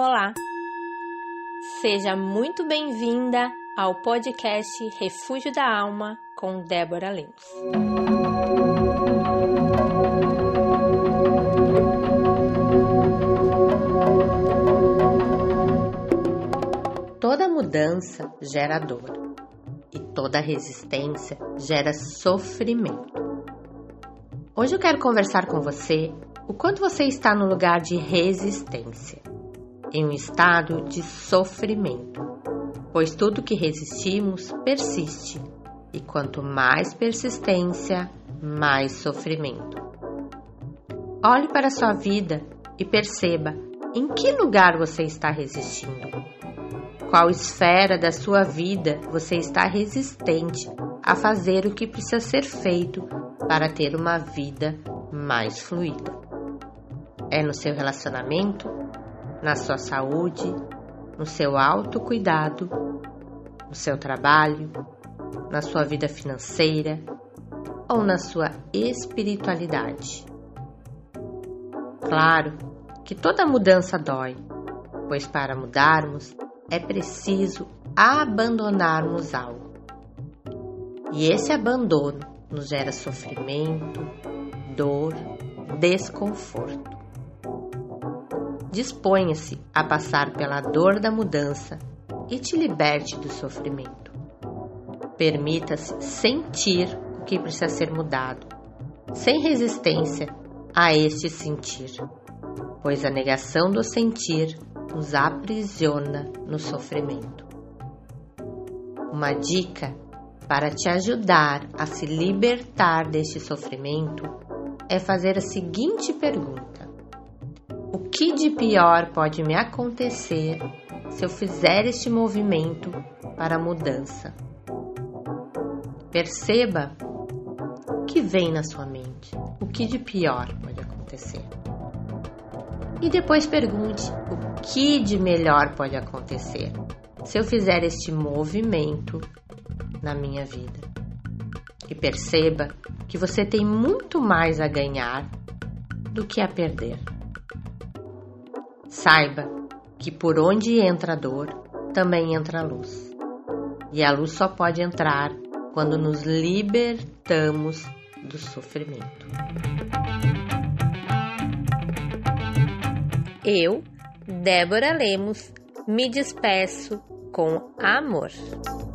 Olá! Seja muito bem-vinda ao podcast Refúgio da Alma com Débora Lemos. Toda mudança gera dor e toda resistência gera sofrimento. Hoje eu quero conversar com você o quanto você está no lugar de resistência, em um estado de sofrimento, pois tudo que resistimos persiste, e quanto mais persistência, mais sofrimento. Olhe para a sua vida e perceba em que lugar você está resistindo. Qual esfera da sua vida você está resistente a fazer o que precisa ser feito para ter uma vida mais fluida? É no seu relacionamento, na sua saúde, no seu autocuidado, no seu trabalho, na sua vida financeira ou na sua espiritualidade? Claro que toda mudança dói, pois para mudarmos é preciso abandonarmos algo. E esse abandono nos gera sofrimento, dor, desconforto. Disponha-se a passar pela dor da mudança e te liberte do sofrimento. Permita-se sentir o que precisa ser mudado, sem resistência a este sentir, pois a negação do sentir nos aprisiona no sofrimento. Uma dica para te ajudar a se libertar deste sofrimento é fazer a seguinte pergunta: o que de pior pode me acontecer se eu fizer este movimento para a mudança? Perceba o que vem na sua mente, o que de pior pode acontecer. E depois pergunte o que de melhor pode acontecer se eu fizer este movimento na minha vida. E perceba que você tem muito mais a ganhar do que a perder. Saiba que por onde entra a dor, também entra a luz. E a luz só pode entrar quando nos libertamos do sofrimento. Eu, Débora Lemos, me despeço com amor.